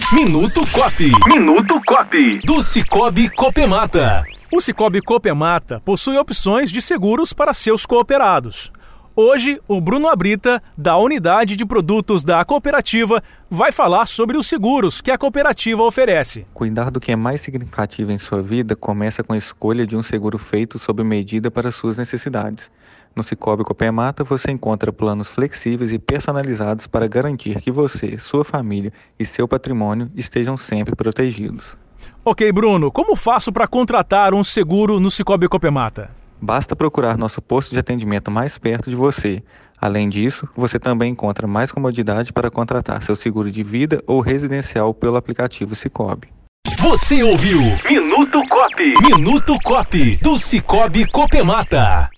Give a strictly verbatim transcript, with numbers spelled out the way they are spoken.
Minuto Cop. Minuto Cop. Do Cicobi Copemata. O Cicobi Copemata possui opções de seguros para seus cooperados. Hoje, o Bruno Abrita, da Unidade de Produtos da Cooperativa, vai falar sobre os seguros que a cooperativa oferece. Cuidar do que é mais significativo em sua vida começa com a escolha de um seguro feito sob medida para suas necessidades. No Cicobi Copemata, você encontra planos flexíveis e personalizados para garantir que você, sua família e seu patrimônio estejam sempre protegidos. Ok, Bruno, como faço para contratar um seguro no Cicobi Copemata? Basta procurar nosso posto de atendimento mais perto de você. Além disso, você também encontra mais comodidade para contratar seu seguro de vida ou residencial pelo aplicativo Cicobi. Você ouviu Minuto Cop. Minuto Cop do Cicobi Copemata.